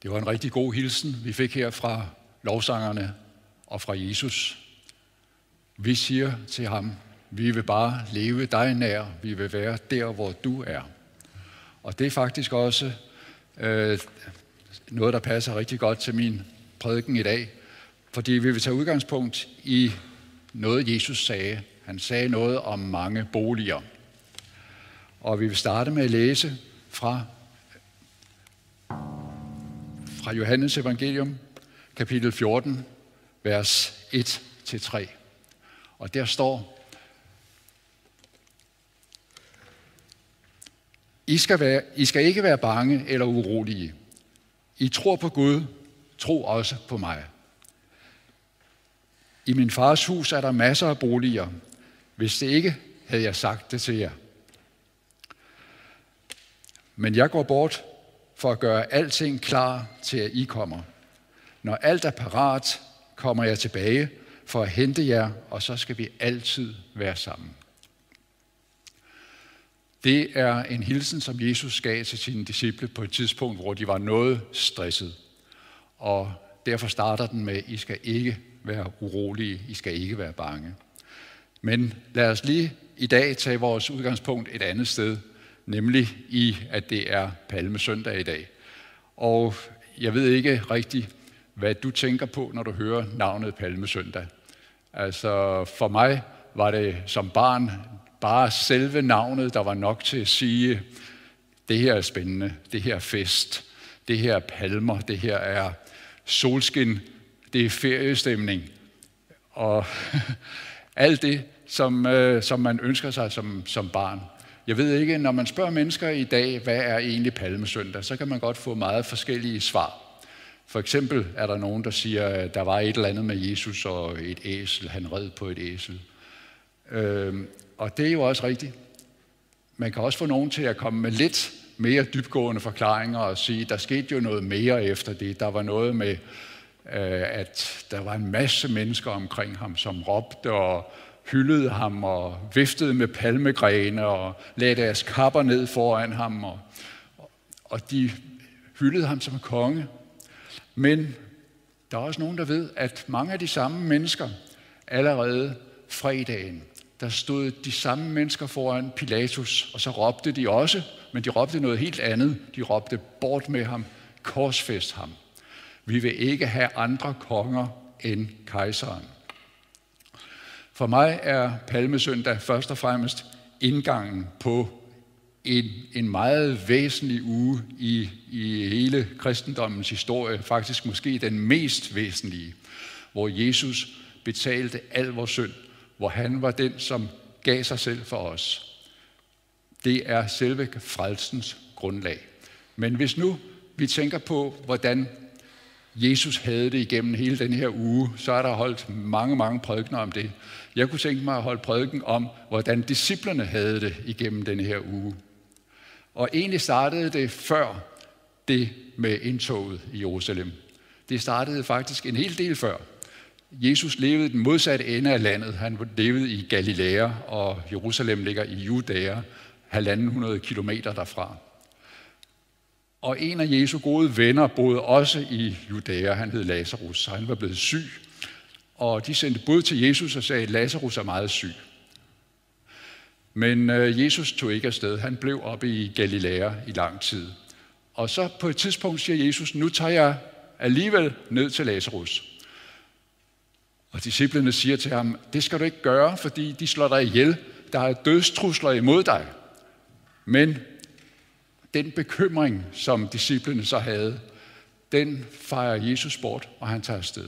Det var en rigtig god hilsen, vi fik her fra lovsangerne og fra Jesus. Vi siger til ham, vi vil bare leve dig nær, vi vil være der, hvor du er. Og det er faktisk også noget, der passer rigtig godt til min prædiken i dag, fordi vi vil tage udgangspunkt i noget, Jesus sagde. Han sagde noget om mange boliger. Og vi vil starte med at læse fra Johannes evangelium, kapitel 14, vers 1-3. Og der står, I skal ikke være bange eller urolige. I tror på Gud, tro også på mig. I min fars hus er der masser af boliger. Hvis det ikke, havde jeg sagt det til jer. Men jeg går bort for at gøre alting klar til, at I kommer. Når alt er parat, kommer jeg tilbage for at hente jer, og så skal vi altid være sammen. Det er en hilsen, som Jesus gav til sine disciple på et tidspunkt, hvor de var noget stresset. Og derfor starter den med, I skal ikke være urolige, I skal ikke være bange. Men lad os lige i dag tage vores udgangspunkt et andet sted, nemlig i, at det er Palmesøndag i dag. Og jeg ved ikke rigtigt, hvad du tænker på, når du hører navnet Palmesøndag. Altså for mig var det som barn bare selve navnet, der var nok til at sige, det her er spændende, det her er fest, det her er palmer, det her er solskin, det er feriestemning. Og alt det, som man ønsker sig som barn. Jeg ved ikke, når man spørger mennesker i dag, hvad er egentlig Palmesøndag, så kan man godt få meget forskellige svar. For eksempel er der nogen, der siger, at der var et eller andet med Jesus og et æsel, han red på et æsel. Og det er jo også rigtigt. Man kan også få nogen til at komme med lidt mere dybgående forklaringer og sige, at der skete jo noget mere efter det. Der var noget med, at der var en masse mennesker omkring ham, som råbte og hyldede ham og viftede med palmegrene og lagde deres kapper ned foran ham. Og de hyldede ham som konge. Men der er også nogen, der ved, at mange af de samme mennesker allerede fredagen, der stod de samme mennesker foran Pilatus, og så råbte de også, men de råbte noget helt andet. De råbte, bort med ham, korsfæst ham. Vi vil ikke have andre konger end kejseren. For mig er Palmesøndag først og fremmest indgangen på en meget væsentlig uge i hele kristendommens historie, faktisk måske den mest væsentlige, hvor Jesus betalte al vores synd, hvor han var den, som gav sig selv for os. Det er selve frelsens grundlag. Men hvis nu vi tænker på, hvordan Jesus havde det igennem hele den her uge, så er der holdt mange prædikener om det. Jeg kunne tænke mig at holde prædiken om, hvordan disciplerne havde det igennem den her uge. Og egentlig startede det før det med indtoget i Jerusalem. Det startede faktisk en hel del før. Jesus levede den modsatte ende af landet. Han levede i Galilea, og Jerusalem ligger i Judæa, 150 kilometer derfra. Og en af Jesu gode venner boede også i Judæa. Han hed Lazarus, så han var blevet syg. Og de sendte bud til Jesus og sagde, at Lazarus er meget syg. Men Jesus tog ikke afsted. Han blev oppe i Galilea i lang tid. Og så på et tidspunkt siger Jesus, nu tager jeg alligevel ned til Lazarus. Og disciplene siger til ham, det skal du ikke gøre, fordi de slår dig ihjel. Der er dødstrusler imod dig. Men den bekymring, som disciplene så havde, den fejrer Jesus bort, og han tager afsted.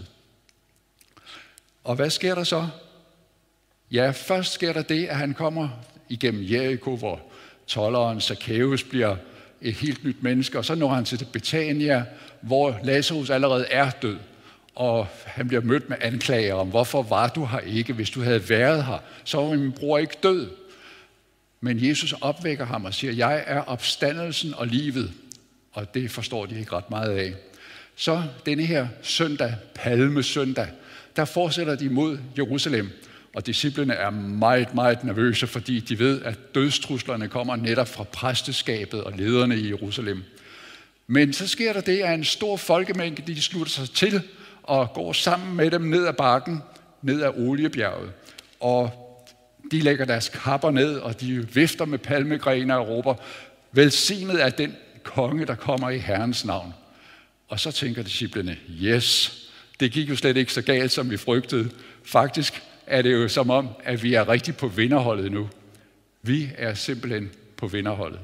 Og hvad sker der så? Ja, først sker der det, at han kommer igennem Jericho, hvor tolderen Zacchaeus bliver et helt nyt menneske, og så når han til Betania, hvor Lazarus allerede er død. Og han bliver mødt med anklager om, hvorfor var du her ikke? Hvis du havde været her, så var min bror ikke død. Men Jesus opvækker ham og siger, jeg er opstandelsen og livet. Og det forstår de ikke ret meget af. Så denne her søndag, Palmesøndag, der fortsætter de mod Jerusalem. Og disciplene er meget nervøse, fordi de ved, at dødstruslerne kommer netop fra præsteskabet og lederne i Jerusalem. Men så sker der det, at en stor folkemængde, de slutter sig til og går sammen med dem ned ad bakken, ned ad Oliebjerget. Og de lægger deres kapper ned, og de vifter med palmegrene og råber, velsignet er den konge, der kommer i Herrens navn. Og så tænker disciplene, yes, det gik jo slet ikke så galt, som vi frygtede. Faktisk er det jo som om, at vi er rigtig på vinderholdet nu. Vi er simpelthen på vinderholdet.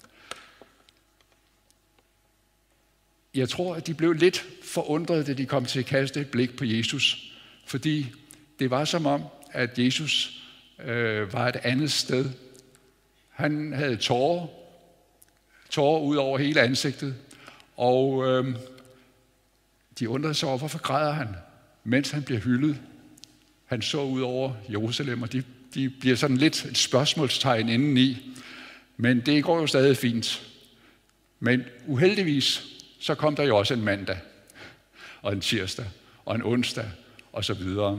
Jeg tror, at de blev lidt forundrede, da de kom til at kaste et blik på Jesus. Fordi det var som om, at Jesus var et andet sted. Han havde tårer ud over hele ansigtet. Og de undrede sig over, hvorfor græder han, mens han bliver hyldet. Han så ud over Jerusalem, og de bliver sådan lidt et spørgsmålstegn indeni. Men det går jo stadig fint. Men uheldigvis, så kom der jo også en mandag, og en tirsdag, og en onsdag, og så videre.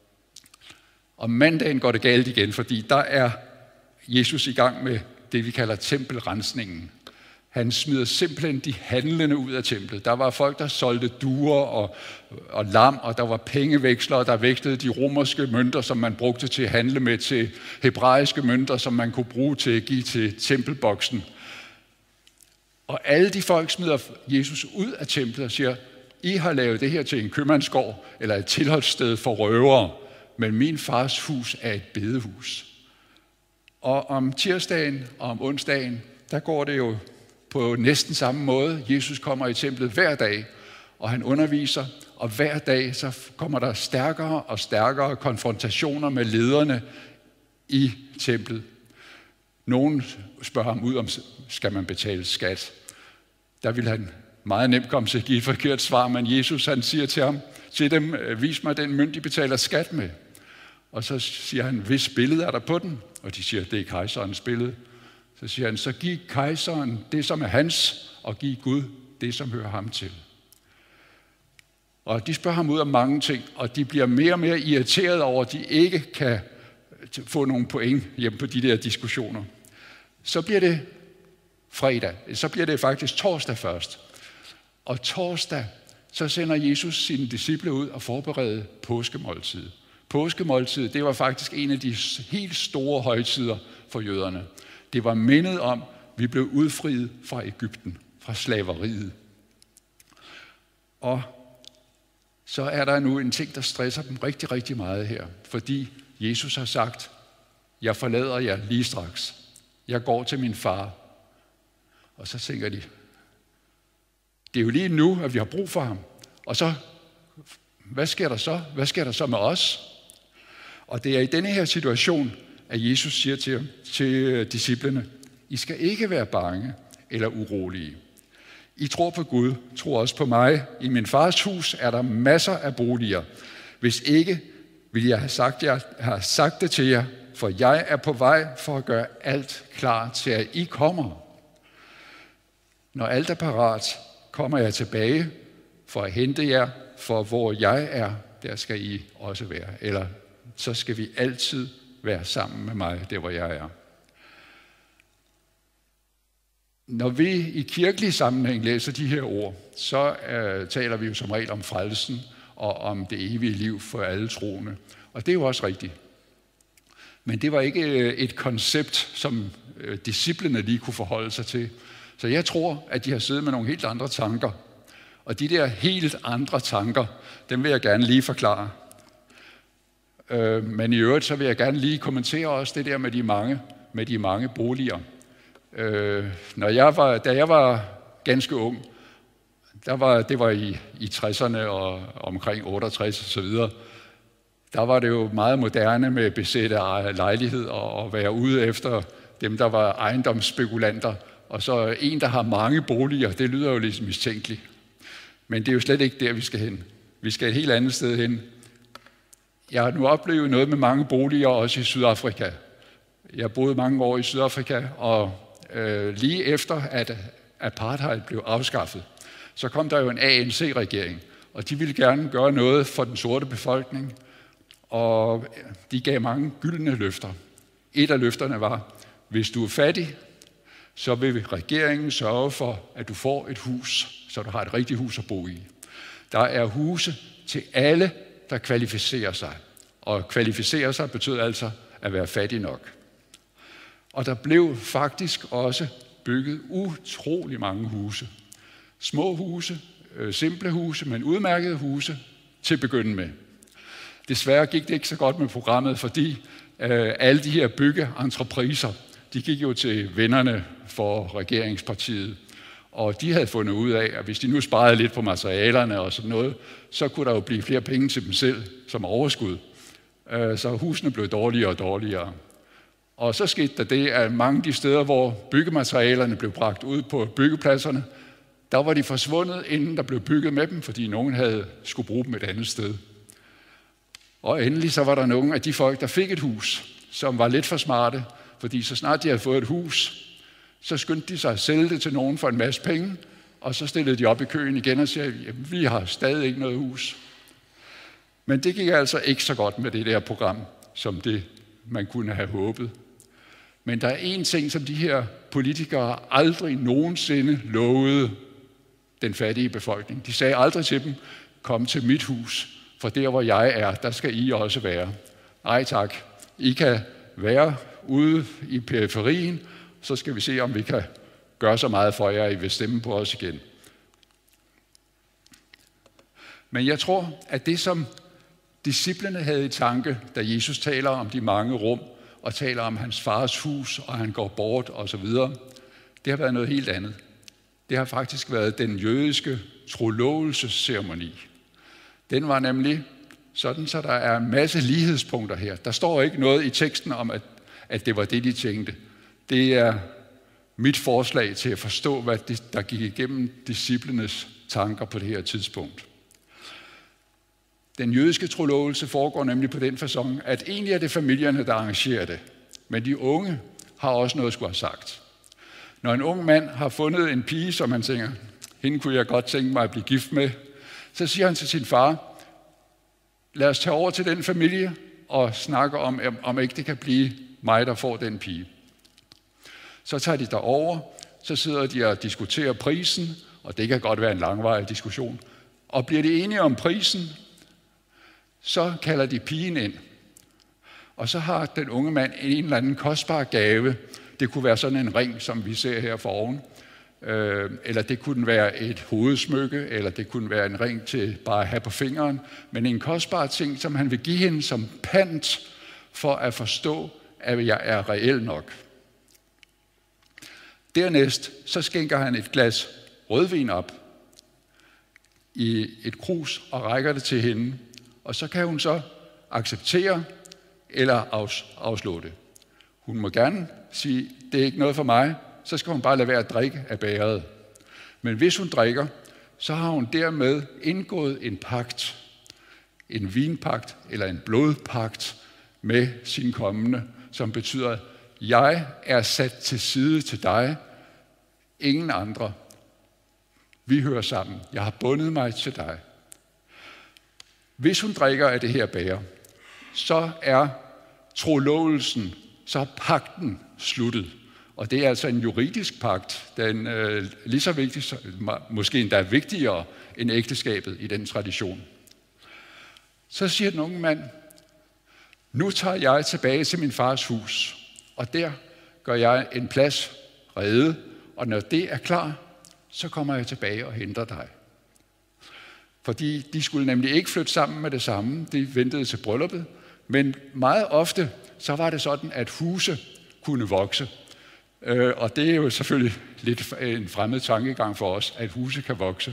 Og mandagen går det galt igen, fordi der er Jesus i gang med det, vi kalder tempelrensningen. Han smider simpelthen de handlende ud af templet. Der var folk, der solgte duer og lam, og der var pengeveksler, der vekslede de romerske mønter, som man brugte til at handle med, til hebraiske mønter, som man kunne bruge til at give til tempelboksen. Og alle de folk smider Jesus ud af templet og siger, I har lavet det her til en købmandsgård eller et tilholdssted for røvere, men min fars hus er et bedehus. Og om tirsdagen og om onsdagen, der går det jo på næsten samme måde. Jesus kommer i templet hver dag, og han underviser, og hver dag så kommer der stærkere og stærkere konfrontationer med lederne i templet. Nogen spørger ham ud, om skal man betale skat. Der vil han meget nemt komme til at give et forkert svar, men Jesus han siger til dem, vis mig den mønt, de betaler skat med. Og så siger han, hvis billede er der på den? Og de siger, det er kejserens billede. Så siger han, så giv kejseren det, som er hans, og giv Gud det, som hører ham til. Og de spørger ham ud om mange ting, og de bliver mere og mere irriteret over, at de ikke kan få nogle point hjem på de der diskussioner. Så bliver det fredag, så bliver det faktisk torsdag først. Og torsdag, så sender Jesus sine disciple ud og forbereder påskemåltidet. Påskemåltidet, det var faktisk en af de helt store højtider for jøderne. Det var mindet om, at vi blev udfriet fra Egypten, fra slaveriet. Og så er der nu en ting, der stresser dem rigtig, rigtig meget her. Fordi Jesus har sagt, jeg forlader jer lige straks. Jeg går til min far. Og så tænker de, det er jo lige nu, at vi har brug for ham. Og så, hvad sker der så? Hvad sker der så med os? Og det er i denne her situation, at Jesus siger til disciplene, I skal ikke være bange eller urolige. I tror på Gud, tror også på mig. I min fars hus er der masser af boliger. Hvis ikke, vil jeg have sagt det til jer, for jeg er på vej for at gøre alt klar til, at I kommer. Når alt er parat, kommer jeg tilbage for at hente jer, for hvor jeg er, der skal I også være. Eller så skal vi altid være sammen med mig, der hvor jeg er. Når vi i kirkelig sammenhæng læser de her ord, så taler vi jo som regel om frelsen og om det evige liv for alle troende. Og det er jo også rigtigt. Men det var ikke et koncept, som disciplene lige kunne forholde sig til. Så jeg tror, at de har siddet med nogle helt andre tanker. Og de der helt andre tanker, dem vil jeg gerne lige forklare. Men i øvrigt, så vil jeg gerne lige kommentere også det der med de mange boliger. Da jeg var ganske ung, det var i 60'erne og omkring 68 og så videre, der var det jo meget moderne med besætte lejlighed og være ude efter dem, der var ejendomsspekulanter. Og så en, der har mange boliger, det lyder jo lidt mistænkeligt. Men det er jo slet ikke der, vi skal hen. Vi skal et helt andet sted hen. Jeg har nu oplevet noget med mange boliger, også i Sydafrika. Jeg boede mange år i Sydafrika, og lige efter, at apartheid blev afskaffet, så kom der jo en ANC-regering, og de ville gerne gøre noget for den sorte befolkning, og de gav mange gyldne løfter. Et af løfterne var, hvis du er fattig, så vil regeringen sørge for, at du får et hus, så du har et rigtigt hus at bo i. Der er huse til alle, der kvalificerer sig. Og kvalificere sig betyder altså at være fattig nok. Og der blev faktisk også bygget utrolig mange huse. Små huse, simple huse, men udmærkede huse til at begynde med. Desværre gik det ikke så godt med programmet, fordi alle de her byggeentrepriser, de gik jo til vennerne for regeringspartiet. Og de havde fundet ud af, at hvis de nu sparede lidt på materialerne og sådan noget, så kunne der jo blive flere penge til dem selv som overskud. Så husene blev dårligere og dårligere. Og så skete der det, at mange af de steder, hvor byggematerialerne blev bragt ud på byggepladserne, der var de forsvundet, inden der blev bygget med dem, fordi nogen skulle bruge dem et andet sted. Og endelig så var der nogle af de folk, der fik et hus, som var lidt for smarte, fordi så snart de havde fået et hus, så skyndte de sig at sælge det til nogen for en masse penge, og så stillede de op i køen igen og sagde, vi har stadig ikke noget hus. Men det gik altså ikke så godt med det der program, som det man kunne have håbet. Men der er en ting, som de her politikere aldrig nogensinde lovede den fattige befolkning. De sagde aldrig til dem, kom til mit hus, for der hvor jeg er, der skal I også være. Nej tak, I kan være ude i periferien, så skal vi se, om vi kan gøre så meget for jer, at I vil stemme på os igen. Men jeg tror, at det som disciplene havde i tanke, da Jesus taler om de mange rum, og taler om hans fars hus, og han går bort osv., det har været noget helt andet. Det har faktisk været den jødiske trolovelsesceremoni. Den var nemlig sådan, så der er en masse lighedspunkter her. Der står ikke noget i teksten om, at det var det, de tænkte. Det er mit forslag til at forstå, hvad der gik igennem disciplenes tanker på det her tidspunkt. Den jødiske trolovelse foregår nemlig på den facon, at egentlig er det familierne, der arrangerer det. Men de unge har også noget at skulle have sagt. Når en ung mand har fundet en pige, som han tænker, hende kunne jeg godt tænke mig at blive gift med, så siger han til sin far, lad os tage over til den familie og snakke om ikke det kan blive mig, der får den pige. Så tager de derover, så sidder de og diskuterer prisen, og det kan godt være en langvarig diskussion. Og bliver de enige om prisen, så kalder de pigen ind. Og så har den unge mand en eller anden kostbar gave. Det kunne være sådan en ring, som vi ser her for oven. Eller det kunne være et hovedsmykke, eller det kunne være en ring til bare at have på fingeren. Men en kostbar ting, som han vil give hende som pant for at forstå, at jeg er reel nok. Dernæst så skænker han et glas rødvin op i et krus og rækker det til hende. Og så kan hun så acceptere eller afslå det. Hun må gerne sige, det er ikke noget for mig, så skal hun bare lade være at drikke af bægeret. Men hvis hun drikker, så har hun dermed indgået en pagt, en vinpagt eller en blodpagt med sin kommende, som betyder, jeg er sat til side til dig, ingen andre. Vi hører sammen. Jeg har bundet mig til dig. Hvis hun drikker af det her bæger, så er trolovelsen, så er pagten sluttet. Og det er altså en juridisk pagt. Den er lige så vigtig, måske endda vigtigere end ægteskabet i den tradition. Så siger den unge mand, nu tager jeg tilbage til min fars hus, og der gør jeg en plads rede, og når det er klar, så kommer jeg tilbage og henter dig. Fordi de skulle nemlig ikke flytte sammen med det samme, de ventede til brylluppet, men meget ofte så var det sådan, at huse kunne vokse. Og det er jo selvfølgelig lidt en fremmed tankegang for os, at huse kan vokse.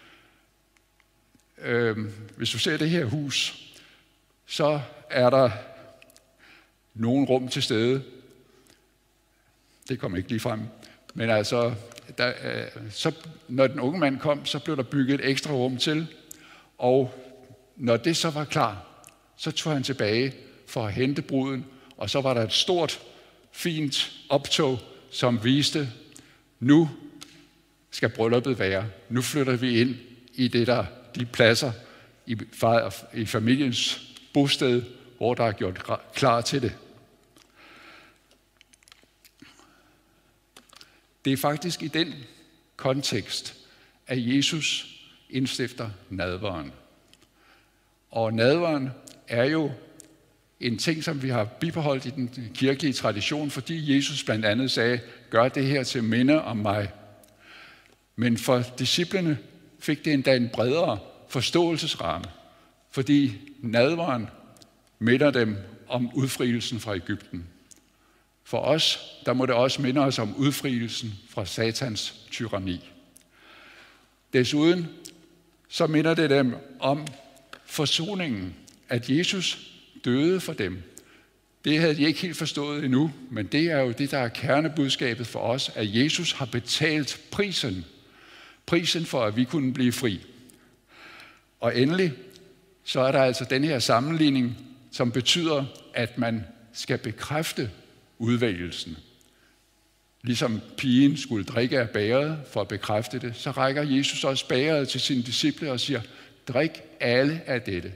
Hvis du ser det her hus, så er der nogle rum til stede. Det kommer ikke lige frem. Men altså, så når den unge mand kom, så blev der bygget et ekstra rum til. Og når det så var klar, så tog han tilbage for at hente bruden. Og så var der et stort, fint optog, som viste, nu skal brylluppet være. Nu flytter vi ind i de pladser i familiens bosted, hvor der er gjort klar til det. Det er faktisk i den kontekst, at Jesus indstifter nadveren. Og nadveren er jo en ting, som vi har bibeholdt i den kirkelige tradition, fordi Jesus blandt andet sagde, gør det her til minde om mig. Men for disciplene fik det endda en bredere forståelsesramme, fordi nadveren minder dem om udfrielsen fra Egypten. For os, der må det også minde os om udfrielsen fra Satans tyranni. Desuden så minder det dem om forsoningen, at Jesus døde for dem. Det havde de ikke helt forstået endnu, men det er jo det, der er kernebudskabet for os, at Jesus har betalt prisen for, at vi kunne blive fri. Og endelig, så er der altså den her sammenligning, som betyder, at man skal bekræfte udvælgelsen. Ligesom pigen skulle drikke af bægeret for at bekræfte det, så rækker Jesus også bægeret til sine disciple og siger, drik alle af dette.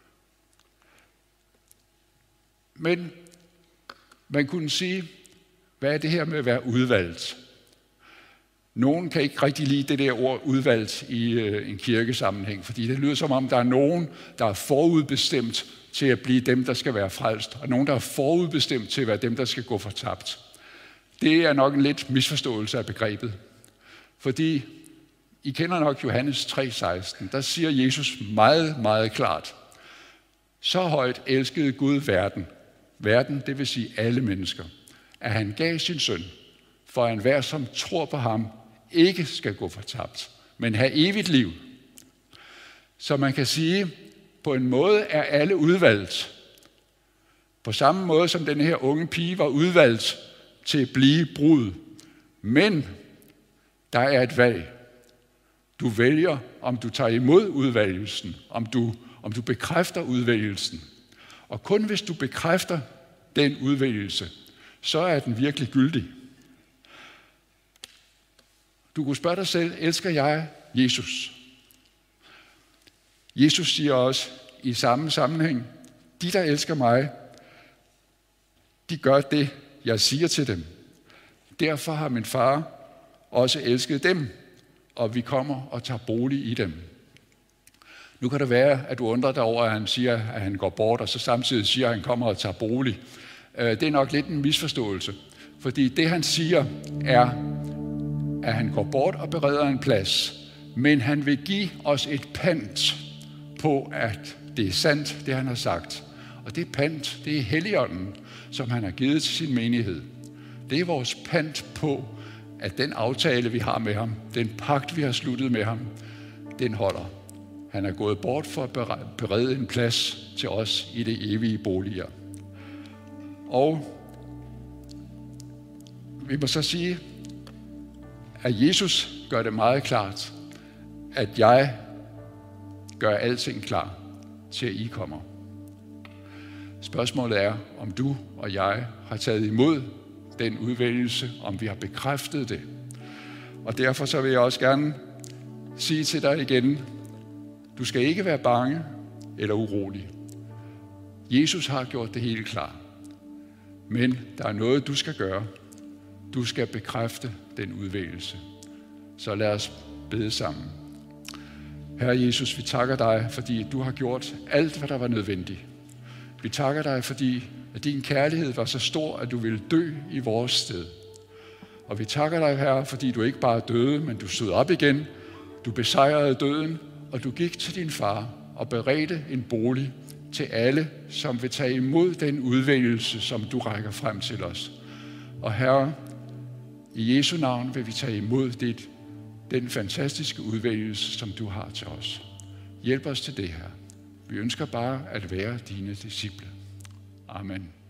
Men man kunne sige, hvad er det her med at være udvalgt? Nogen kan ikke rigtig lide det der ord udvalgt i en kirkesammenhæng, fordi det lyder som om, der er nogen, der er forudbestemt til at blive dem, der skal være frelst, og nogen, der er forudbestemt til at være dem, der skal gå fortabt. Det er nok en lidt misforståelse af begrebet. Fordi I kender nok Johannes 3,16, der siger Jesus meget, meget klart, så højt elskede Gud verden, det vil sige alle mennesker, at han gav sin søn, for at enhver, som tror på ham, ikke skal gå fortabt, men have evigt liv. Så man kan sige, på en måde er alle udvalgt. På samme måde som den her unge pige var udvalgt til at blive brud. Men der er et valg. Du vælger, om du tager imod udvælgelsen, om du bekræfter udvælgelsen. Og kun hvis du bekræfter den udvælgelse, så er den virkelig gyldig. Du kunne spørge dig selv, elsker jeg Jesus? Jesus siger også i samme sammenhæng, de der elsker mig, de gør det, jeg siger til dem. Derfor har min far også elsket dem, og vi kommer og tager bolig i dem. Nu kan det være, at du undrer dig over, at han siger, at han går bort, og så samtidig siger, at han kommer og tager bolig. Det er nok lidt en misforståelse, fordi det han siger er, at han går bort og bereder en plads, men han vil give os et pant på, at det er sandt, det han har sagt. Og det pant, det er Helligånden, som han har givet til sin menighed. Det er vores pant på, at den aftale, vi har med ham, den pagt, vi har sluttet med ham, den holder. Han er gået bort for at berede en plads til os i det evige boliger. Og vi må så sige, at Jesus gør det meget klart, at jeg gør alting klar til, at I kommer. Spørgsmålet er, om du og jeg har taget imod den udvælgelse, om vi har bekræftet det. Og derfor så vil jeg også gerne sige til dig igen, du skal ikke være bange eller urolig. Jesus har gjort det helt klart. Men der er noget, du skal gøre. Du skal bekræfte den udvælgelse. Så lad os bede sammen. Herre Jesus, vi takker dig, fordi du har gjort alt, hvad der var nødvendigt. Vi takker dig, fordi at din kærlighed var så stor, at du ville dø i vores sted. Og vi takker dig, Herre, fordi du ikke bare døde, men du stod op igen. Du besejrede døden, og du gik til din far og beredte en bolig til alle, som vil tage imod den udvælgelse, som du rækker frem til os. Og Herre, i Jesu navn vil vi tage imod den fantastiske udvælgelse, som du har til os. Hjælp os til det her. Vi ønsker bare at være dine disciple. Amen.